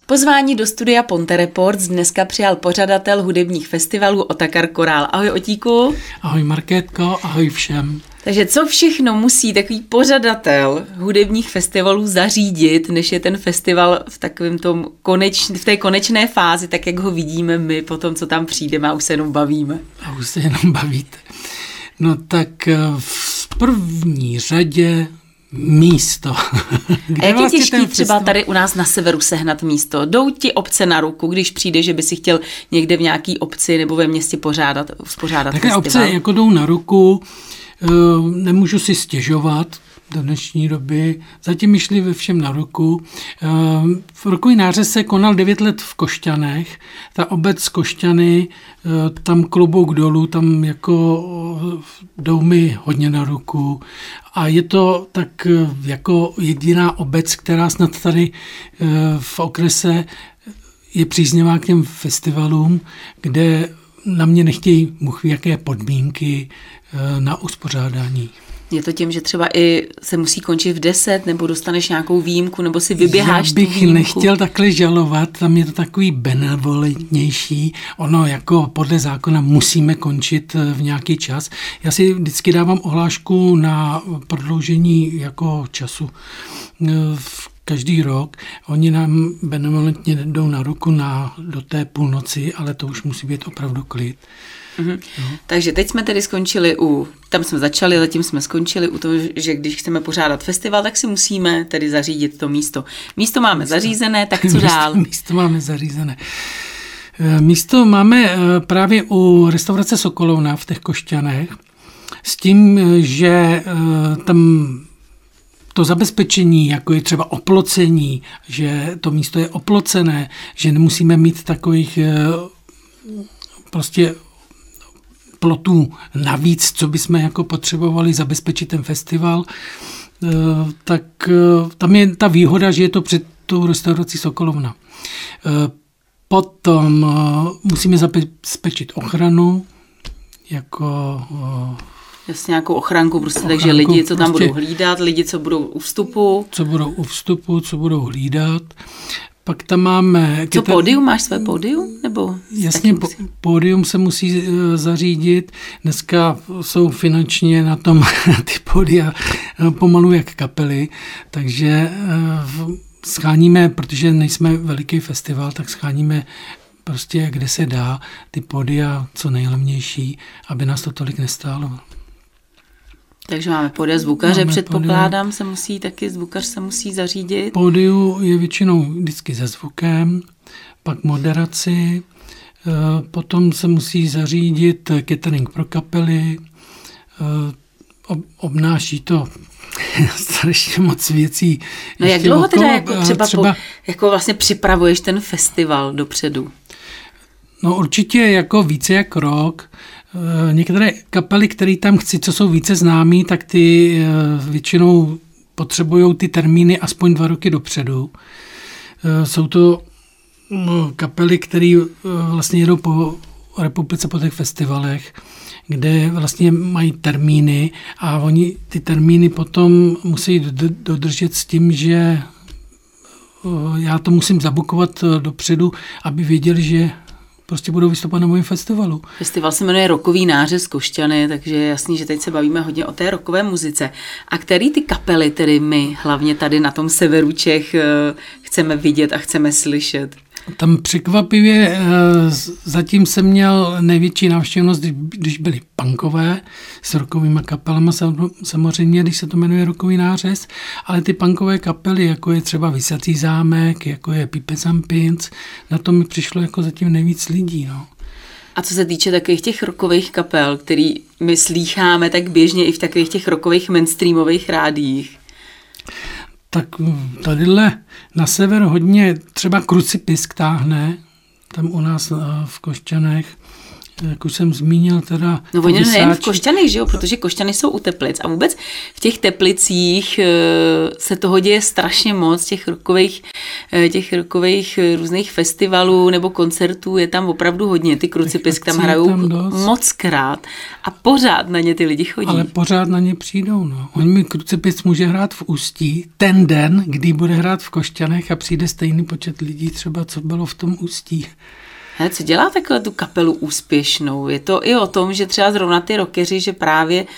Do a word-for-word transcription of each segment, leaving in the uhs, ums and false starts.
Pozvání do studia Ponte Reports dneska přijal pořadatel hudebních festivalů Otakar Korál. Ahoj Otíku. Ahoj Markétko, ahoj všem. Takže co všechno musí takový pořadatel hudebních festivalů zařídit, než je ten festival v takovém tom koneč, v té konečné fázi, tak jak ho vidíme my po tom, co tam přijdeme a už se jenom bavíme. A už se jenom bavíte. No tak v první řadě místo. A jak je vlastně těžký třeba tady u nás na severu sehnat místo? Jdou ti obce na ruku, když přijde, že by si chtěl někde v nějaký obci nebo ve městě pořádat, uspořádat Také festival? Obce jako jdou na ruku, nemůžu si stěžovat do dnešní doby. Zatím mi šli ve všem na ruku. V rokový nářez se konal devět let v Košťanech. Ta obec Košťany, tam klobouk dolů, tam jako jdou mi hodně na ruku. A je to tak jako jediná obec, která snad tady v okrese je příznivá k těm festivalům, kde na mě nechtějí Bůh ví jaké podmínky na uspořádání. Je to tím, že třeba i se musí končit v deset, nebo dostaneš nějakou výjimku, nebo si vyběháš tu výjimku? Já bych nechtěl takhle žalovat, tam je to takový benevolentnější. Ono jako podle zákona musíme končit v nějaký čas. Já si vždycky dávám ohlášku na prodloužení jako času v každý rok. Oni nám benevolentně jdou na ruku na, do té půlnoci, ale to už musí být opravdu klid. Mhm. No. Takže teď jsme tedy skončili u, tam jsme začali, zatím jsme skončili u toho, že když chceme pořádat festival, tak si musíme tedy zařídit to místo. Místo máme místo. zařízené, tak co místo, dál? Místo máme zařízené. Místo máme právě u restaurace Sokolovna v těch Košťanech s tím, že tam to zabezpečení, jako je třeba oplocení, že to místo je oplocené, že nemusíme mít takových prostě plotů navíc, co bychom jako potřebovali zabezpečit ten festival, tak tam je ta výhoda, že je to před tou restaurací Sokolovna. Potom musíme zabezpečit ochranu, jako Jasně, nějakou ochranku, prostě, ochranku, takže lidi, co tam prostě budou hlídat, lidi, co budou u vstupu. Co budou u vstupu, co budou hlídat. Pak tam máme... Co pódium? Máš své pódium? Nebo jasně, pódium se musí zařídit. Dneska jsou finančně na tom ty pódia pomalu jak kapely, takže scháníme, protože nejsme veliký festival, tak scháníme prostě, kde se dá, ty pódia co nejlevnější, aby nás to tolik nestálo. Takže máme pódia zvukaře, máme předpokládám, pódia. se musí taky, zvukař se musí zařídit. Pódiu je většinou vždycky se zvukem, pak moderaci, potom se musí zařídit catering pro kapely, obnáší to strašně moc věcí. No jak dlouho teda jako třeba, třeba po, jako vlastně připravuješ ten festival dopředu? No určitě jako více jak rok. Některé kapely, které tam chci, co jsou více známí, tak ty většinou potřebují ty termíny aspoň dva roky dopředu. Jsou to kapely, které vlastně jedou po republice, po těch festivalech, kde vlastně mají termíny a oni ty termíny potom musí dodržet s tím, že já to musím zabukovat dopředu, aby věděli, že prostě budou vystupovat na mém festivalu. Festival se jmenuje Rokový nářez Košťany, takže je jasný, že teď se bavíme hodně o té rockové muzice. A který ty kapely tedy my, hlavně tady na tom severu Čech, chceme vidět a chceme slyšet? Tam překvapivě zatím jsem měl největší návštěvnost, když byly punkové s rockovými kapelama, samozřejmě, když se to jmenuje Rokový nářez, ale ty punkové kapely, jako je třeba Vysatý zámek, jako je Pipes and Pins, na to mi přišlo jako zatím nejvíc lidí. No. A co se týče takových těch rockových kapel, který my slýcháme tak běžně i v takových těch rockových mainstreamových rádiích? Tak tadyhle na sever hodně třeba Krucipisk táhne, tam u nás v Košťanech. jak už jsem zmínil, teda... No oni nejen v Košťanech, že jo, protože Košťany jsou u Teplic a vůbec v těch Teplicích se toho děje strašně moc, těch rokových, těch rokových různých festivalů nebo koncertů je tam opravdu hodně, ty Krucipisk tam hrajou tam moc krát a pořád na ně ty lidi chodí. Ale pořád na ně přijdou, no. On mi Krucipisk může hrát v Ústí ten den, kdy bude hrát v Košťanech a přijde stejný počet lidí třeba, co bylo v tom Ústí. Hele, co dělá takhle tu kapelu úspěšnou? Je to i o tom, že třeba zrovna ty rockeři, že právě e,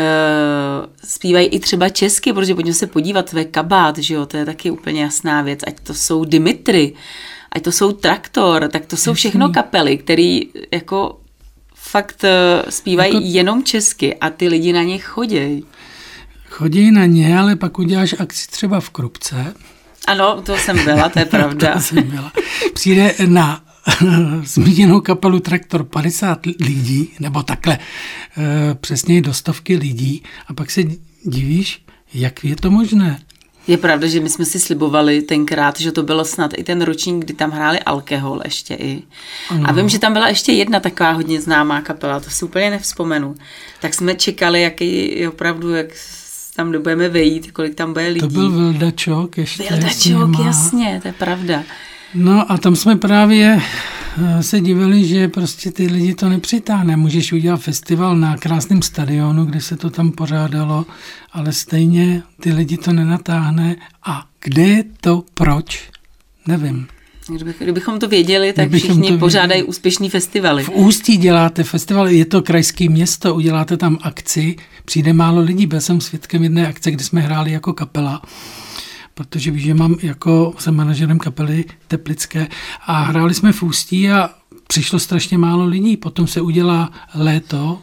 zpívají i třeba česky, protože pojďme se podívat, to je Kabát, že jo, to je taky úplně jasná věc, ať to jsou Dimitri, ať to jsou Traktor, tak to jsou všechno kapely, které jako fakt zpívají jako... jenom česky a ty lidi na ně chodí. Chodí na ně, ale pak uděláš akci třeba v Krupce. Ano, to jsem byla, to je pravda. to jsem byla. Přijde na zmíněnou kapelu Traktor padesát lidí, nebo takhle e, přesněji do stovky lidí a pak se divíš, jak je to možné. Je pravda, že my jsme si slibovali tenkrát, že to bylo snad i ten ročník, kdy tam hráli Alkohol ještě i. Ano. A vím, že tam byla ještě jedna taková hodně známá kapela, to si úplně nevzpomenu. Tak jsme čekali, jaký opravdu, jak tam budeme vejít, kolik tam bude lidí. To byl Vildačok ještě. Vildačok, jasně, to je pravda. No a tam jsme právě se divili, že prostě ty lidi to nepřitáhne. Můžeš udělat festival na krásném stadionu, kde se to tam pořádalo, ale stejně ty lidi to nenatáhne. A kde je to proč? Nevím. Kdybychom to věděli, tak Kdybychom všichni pořádají úspěšný festivaly. V Ústí děláte festival, je to krajské město, uděláte tam akci, přijde málo lidí. Byl jsem svědkem jedné akce, kdy jsme hráli jako kapela, protože víš, že mám jako, jsem manažerem kapely teplické a hráli jsme v Ústí a přišlo strašně málo lidí. Potom se udělá léto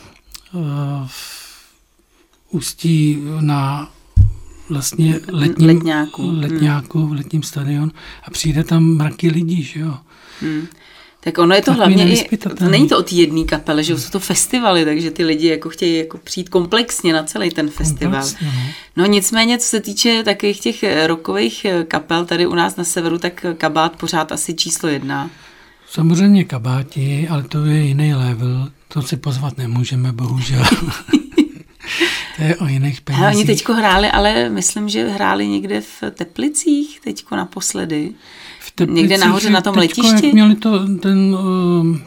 v Ústí na vlastně letním, letňáku, letňáku hmm. v letním stadionu a přijde tam mraky lidí, že jo. Hmm. Tak ono je to tak hlavně i, to není to od jedné kapele, že jsou to festivaly, takže ty lidi jako chtějí jako přijít komplexně na celý ten festival. No. no nicméně, co se týče takových těch rockových kapel tady u nás na severu, tak Kabát pořád asi číslo jedna. Samozřejmě Kabáti, ale to je jiný level, to si pozvat nemůžeme, bohužel. To je o jiných penězích. Hele, oni teďko hráli, ale myslím, že hráli někde v Teplicích teďko naposledy. Někde nahoře na tom teďko, letišti? Jak měli to ten uh,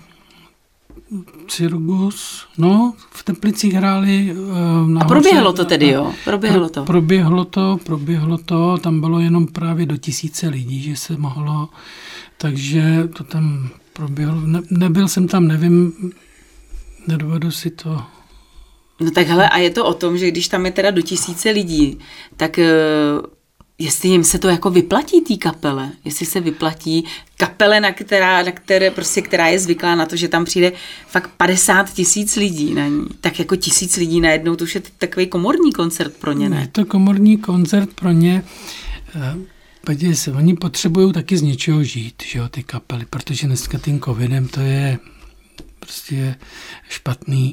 Cirgus, no, v Teplicích hráli uh, nahoře. A proběhlo to tedy, jo? Proběhlo to. Proběhlo to, proběhlo to, tam bylo jenom právě do tisíce lidí, že se mohlo, takže to tam proběhlo. Ne, nebyl jsem tam, nevím, nedovedu si to... No tak hele, a je to o tom, že když tam je teda do tisíce lidí, tak uh, jestli jim se to jako vyplatí té kapele, jestli se vyplatí kapele, na, která, na které, prostě, která je zvyklá na to, že tam přijde fakt padesát tisíc lidí na ní, tak jako tisíc lidí najednou, to už je takový komorní koncert pro ně, ne? Je to komorní koncert pro ně, podívej se, oni potřebují taky z něčeho žít, že jo, ty kapely, protože dneska tím covidem to je prostě špatný.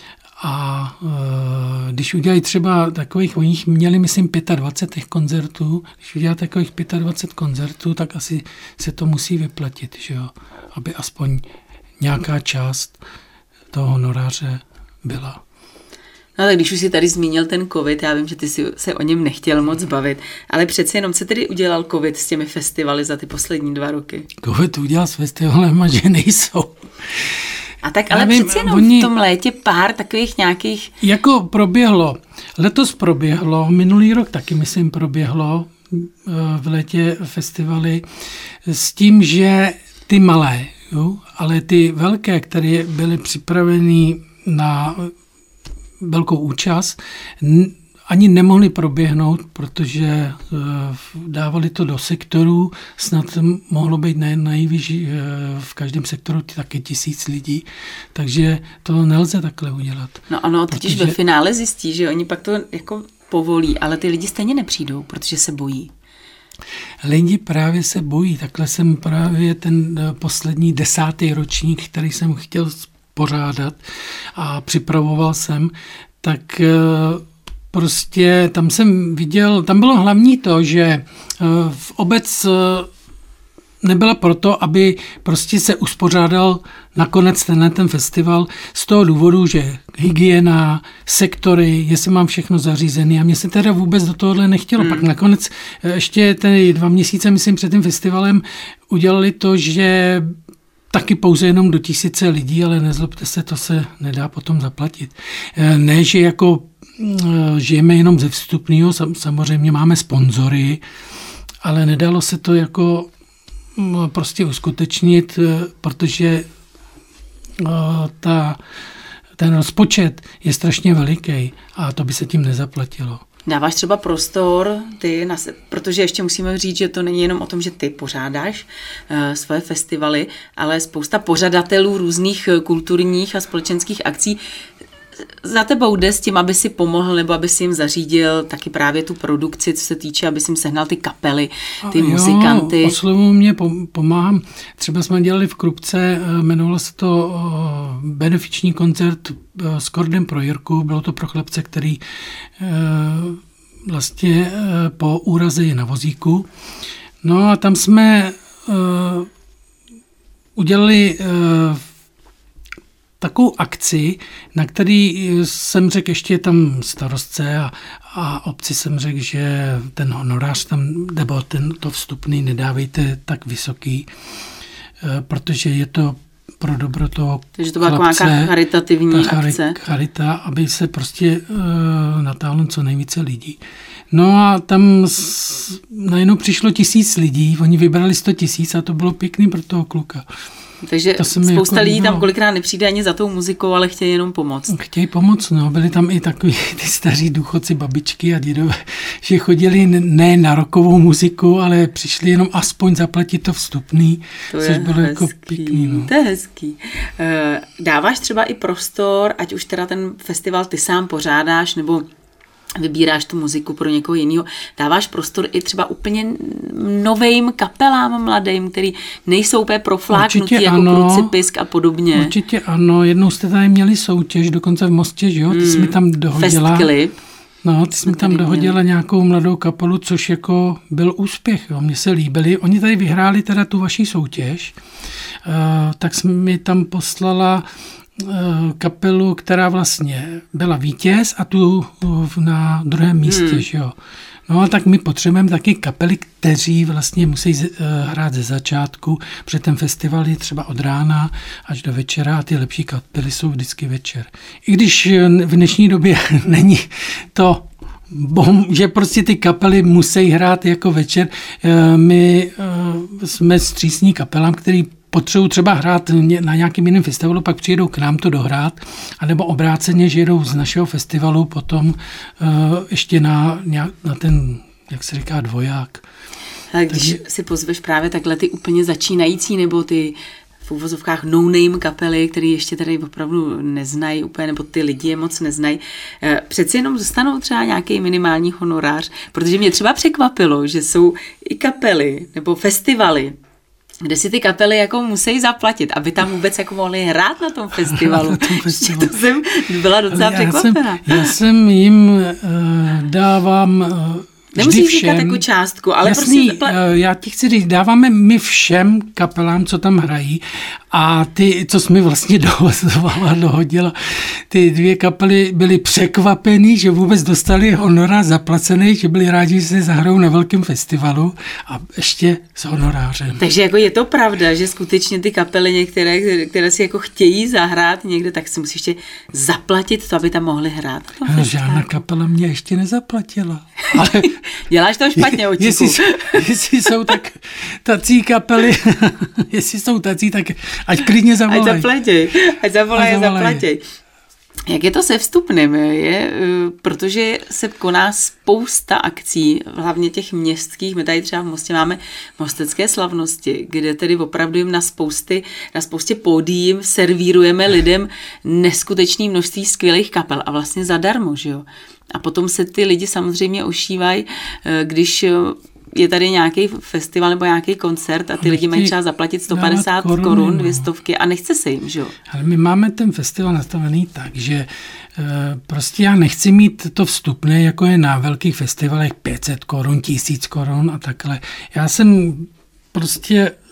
A e, když udělají třeba takových, oni měli, myslím, dvacet pět těch koncertů, když udělají takových dvacet pět koncertů, tak asi se to musí vyplatit, že jo? Aby aspoň nějaká část toho honoráře byla. No tak když už si tady zmínil ten covid, já vím, že ty si se o něm nechtěl moc bavit, ale přece jenom, co tedy udělal covid s těmi festivaly za ty poslední dva roky? Covid udělal s festivalem a že nejsou. A tak ale vím, přeci jenom oni, v tom létě pár takových nějakých... Jako proběhlo, letos proběhlo, minulý rok taky myslím proběhlo v létě festivaly s tím, že ty malé, jo, ale ty velké, které byly připraveny na velkou účast, ani nemohli proběhnout, protože dávali to do sektorů, snad mohlo být nejvíc v každém sektoru taky tisíc lidí, takže to nelze takhle udělat. No ano, totiž protože... ve finále zjistí, že oni pak to jako povolí, ale ty lidi stejně nepřijdou, protože se bojí. Lidi právě se bojí, takhle jsem právě ten poslední desátý ročník, který jsem chtěl pořádat a připravoval jsem, tak prostě tam jsem viděl, tam bylo hlavní to, že v obec nebyla proto, aby prostě se uspořádal nakonec tenhle ten festival z toho důvodu, že hygiena, sektory, jestli mám všechno zařízené a mně se teda vůbec do tohohle nechtělo. Hmm. Pak nakonec ještě ty dva měsíce, myslím, před tím festivalem udělali to, že taky pouze jenom do tisíce lidí, ale nezlobte se, to se nedá potom zaplatit. Ne, že jako žijeme jenom ze vstupného, samozřejmě máme sponzory, ale nedalo se to jako prostě uskutečnit, protože ta, ten rozpočet je strašně veliký a to by se tím nezaplatilo. Dáváš třeba prostor, ty na se, protože ještě musíme říct, že to není jenom o tom, že ty pořádáš uh, svoje festivaly, ale spousta pořadatelů různých kulturních a společenských akcí za tebou jde s tím, aby si pomohl nebo aby si jim zařídil taky právě tu produkci, co se týče, aby si jim sehnal ty kapely, ty jo, muzikanty. Oslovu mě pomáhám. Třeba jsme dělali v Krupce, jmenovalo se to benefiční koncert s Kordem pro Jirku. Bylo to pro chlapce, který vlastně po úraze je na vozíku. No a tam jsme udělali takovou akci, na který jsem řekl, ještě je tam starostce a, a obci jsem řekl, že ten honorář tam, nebo ten, to vstupný nedávejte tak vysoký, protože je to pro dobro toho Takže to byla chlapce, nějaká charitativní ta chari, akce. Charita, aby se prostě uh, natáhlo co nejvíce lidí. No a tam s, najednou přišlo tisíc lidí, oni vybrali sto tisíc a to bylo pěkný pro toho kluka. Takže spousta jako lidí tam kolikrát nepřijde ani za tou muzikou, ale chtějí jenom pomoct. Chtějí pomoct, no. Byli tam i takový ty staří důchodci, babičky a dědové, že chodili ne na rockovou muziku, ale přišli jenom aspoň zaplatit to vstupný, to což bylo hezký, jako pěkný. No. To je hezký. Dáváš třeba i prostor, ať už teda ten festival ty sám pořádáš, nebo vybíráš tu muziku pro někoho jiného, dáváš prostor i třeba úplně novým kapelám mladým, který nejsou úplně profláknutí jako Krucipisk a podobně. Určitě ano, jednou jste tady měli soutěž, dokonce v Mostě, že jo? Ty jsi mi tam dohodila. Festklip. No, ty jsi mi tam dohodila měli. nějakou mladou kapelu, což jako byl úspěch, jo? Mně se líbili. Oni tady vyhráli teda tu vaši soutěž, uh, tak jsi mi tam poslala kapelu, která vlastně byla vítěz a tu na druhém místě, hmm. že jo. No a tak my potřebujeme taky kapely, kteří vlastně musí hrát ze začátku, protože ten festival je třeba od rána až do večera a ty lepší kapely jsou vždycky večer. I když v dnešní době není to, že prostě ty kapely musí hrát jako večer. My jsme střísní kapelám, který potřebují třeba hrát na nějakým jiném festivalu, pak přijedou k nám to dohrát, anebo obráceně, že jedou z našeho festivalu potom uh, ještě na, na ten, jak se říká, dvoják. Ale když Takže... si pozveš právě takhle ty úplně začínající, nebo ty v uvozovkách no-name kapely, který ještě tady opravdu neznají úplně, nebo ty lidi je moc neznají, přeci jenom dostanou třeba nějaký minimální honorář, protože mě třeba překvapilo, že jsou i kapely nebo festivaly, kde si ty kapely jako musí zaplatit, aby tam vůbec jako mohli hrát na tom festivalu. Na tom festivalu. To jsem byla docela já překvapená. Jsem, já jsem jim uh, dávám uh, Nemusíš říkat jako částku, ale jasný, prostě... Já ti chci říct, dáváme my všem kapelám, co tam hrají a ty, co jsi mi vlastně dohozovala, dohodila, ty dvě kapely byly překvapený, že vůbec dostali honorář zaplacený, že byli rádi, že se zahrajou na velkém festivalu a ještě s honorářem. Takže jako je to pravda, že skutečně ty kapely některé, které si jako chtějí zahrát někde, tak si musíš ještě zaplatit to, aby tam mohli hrát. No, žádná kapela mě ještě nezaplatila. Ale děláš to špatně, očíku. Jestli, jestli jsou tak tací kapely, jestli jsou tací, tak ať klidně zavolají. Ať zaplatí, ať zavolají a zaplatí. Jak je to se vstupným? Je, protože se koná spousta akcí, hlavně těch městských. My tady třeba v Mostě máme mostecké slavnosti, kde tedy opravdu jim na, spousty, na spoustě pódiím servírujeme lidem neskutečné množství skvělých kapel a vlastně zadarmo, že jo? A potom se ty lidi samozřejmě ošívají, když je tady nějaký festival nebo nějaký koncert a ty lidi mají třeba zaplatit sto padesát korun, dvě stovky a nechce se jim, že jo? Ale my máme ten festival nastavený tak, že e, prostě já nechci mít to vstupné, jako je na velkých festivalech pět set korun, tisíc korun a takhle. Já jsem prostě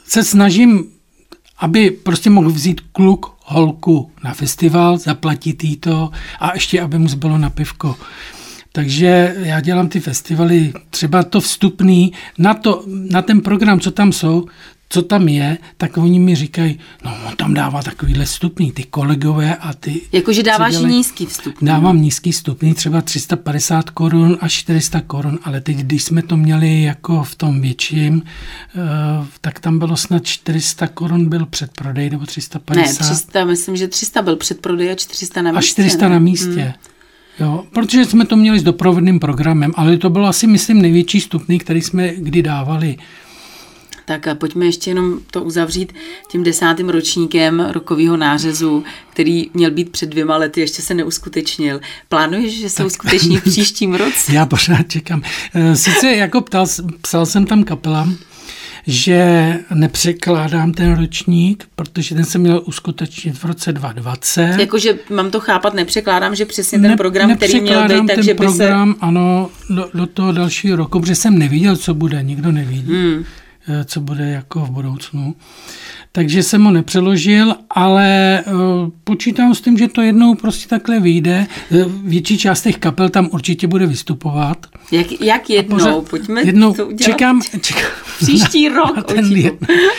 se snažím, aby prostě mohl vzít kluk holku na festival, zaplatit jí to a ještě, aby mu zbylo na pivko. Takže já dělám ty festivaly, třeba to vstupný, na, to, na ten program, co tam jsou, co tam je, tak oni mi říkají, no on tam dává takovýhle vstupný, ty kolegové a ty... Jakože dáváš dělají, nízký vstupný. Dávám nízký vstupný, třeba tři sta padesát korun až čtyři sta korun, ale teď, když jsme to měli jako v tom větším, tak tam bylo snad čtyři sta korun byl předprodej, nebo tři sta padesát. Ne, tři sta, myslím, že tři sta byl předprodej a čtyři sta na místě. A čtyři sta na místě. Hmm. Jo, protože jsme to měli s doprovodným programem, ale to bylo asi, myslím, největší vstupný, který jsme kdy dávali. Tak a pojďme ještě jenom to uzavřít tím desátým ročníkem rokového nářezu, který měl být před dvěma lety, ještě se neuskutečnil. Plánuješ, že se tak uskuteční v příštím roce? Já pořád čekám. Sice jako ptal, psal jsem tam kapelám, že nepřekládám ten ročník, protože ten se měl uskutečnit v roce dva tisíce dvacet. Jakože mám to chápat, nepřekládám, že přesně ten ne, program, který měl být, takže by program, se... ano, do, do toho dalšího roku, protože jsem neviděl, co bude, nikdo nevidí, hmm. co bude jako v budoucnu. Takže jsem ho nepřeložil, ale uh, počítám s tím, že to jednou prostě takhle vyjde. Větší část těch kapel tam určitě bude vystupovat. Jak, jak jednou? Pořád, Pojďme jednou, to udělat. Čekám, čekám příští na, rok. Na ten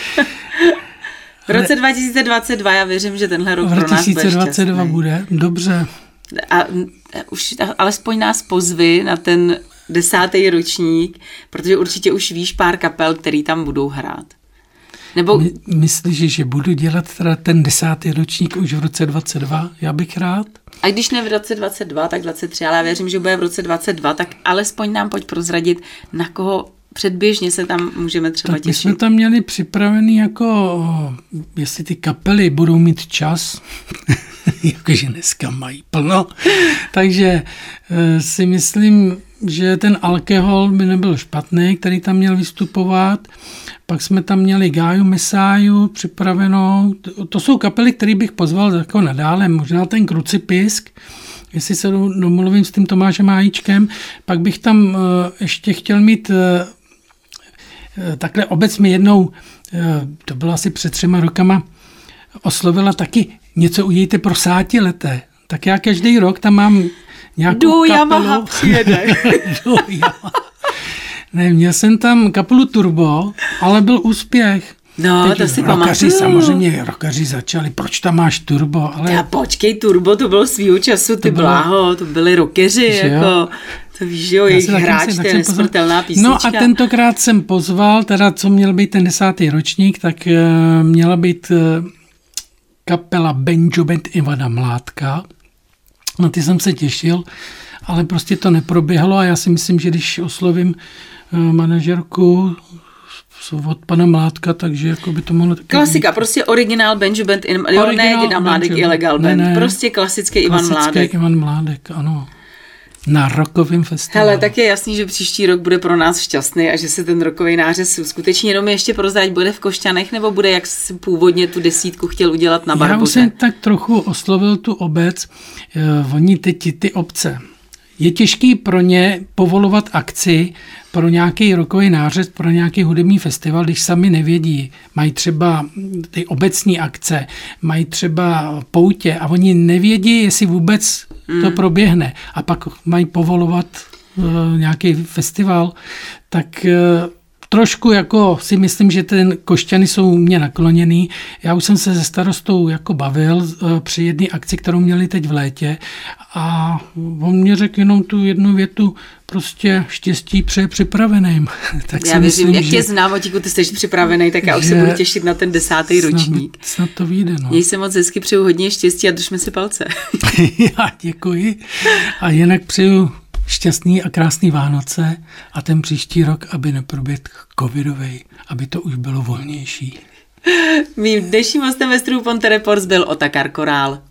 v roce dva tisíce dvacet dva já věřím, že tenhle rok pro nás bude šťastný. dva tisíce dvacet dva bude, dobře. A, a už alespoň nás pozvi na ten desátý ročník, protože určitě už víš pár kapel, který tam budou hrát. Nebo... My, myslíš, že budu dělat teda ten desátý ročník už v roce dvacet dva? Já bych rád. A když ne v roce dvacet dva, tak dvacet tři, ale já věřím, že bude v roce dvacet dva, tak alespoň nám pojď prozradit, na koho předběžně se tam můžeme třeba tak těšit. My jsme tam měli připravený jako, jestli ty kapely budou mít čas, jakože dneska mají plno, takže si myslím, že ten alkohol by nebyl špatný, který tam měl vystupovat. Pak jsme tam měli Gáju Mesáju připravenou. To jsou kapely, které bych pozval jako nadále. Možná ten Krucipisk, jestli se domluvím s tím Tomášem Hájíčkem. Pak bych tam uh, ještě chtěl mít uh, takhle obec mi jednou, uh, to bylo asi před třema rokama, oslovila taky něco udějte pro sátileté. Tak já každý rok tam mám nějakou Du, kapelu. Yamaha přijede. Du, Yamaha. Ne, měl jsem tam kapelu Turbo, ale byl úspěch. No, teď to si pamatuju. Samozřejmě rokaři začali, proč tam máš Turbo? Ale... Já počkej, Turbo, to bylo svýho času, ty to bylo... bláho, to byli rockeři, jako, to víš, jo, jejich hráč, to je nesmrtelná písnička. No a tentokrát jsem pozval, teda co měl být ten desátý ročník, tak uh, měla být uh, kapela Banjo Band Ivana Mládka. Na ty jsem se těšil, ale prostě to neproběhlo a já si myslím, že když oslovím uh, manažerku od pana Mládka, takže jako by to mohlo... Klasika, být. Prostě originál Banjo Band, in, jo, ne Ivana Mládek, Illegal Band, ne, ne, prostě klasický Ivan Mládek. Klasický Ivan Mládek, ano. Na rokovém festivalu. Hele, tak je jasný, že příští rok bude pro nás šťastný a že se ten rokový nářez skutečně jenom ještě prozrať, bude v Košťanech, nebo bude, jak jsi původně tu desítku chtěl udělat na Barboře? Já už jsem tak trochu oslovil tu obec. Oni teď ty obce. Je těžký pro ně povolovat akci pro nějaký rokový nářez, pro nějaký hudební festival, když sami nevědí. Mají třeba ty obecní akce, mají třeba poutě a oni nevědí, jestli vůbec mm. to proběhne. A pak mají povolovat uh, nějaký festival, tak uh, trošku jako si myslím, že ten Košťany jsou mě nakloněný. Já už jsem se se starostou jako bavil uh, při jedné akci, kterou měli teď v létě a on mě řekl jenom tu jednu větu, prostě štěstí přeje připraveným. Tak já věřím, jak tě znám, Otíku, ty jsi připravený, tak já už se budu těšit na ten desátý snad, ročník. Snad to vyjde, no. Měj se moc hezky, přeju hodně štěstí a držme si palce. Já děkuji. A jinak přeju šťastný a krásný Vánoce a ten příští rok, aby neproběhl covidovej, aby to už bylo volnější. Mým dnešním hostem ve studiu Ponte Reports byl Otakar Korál.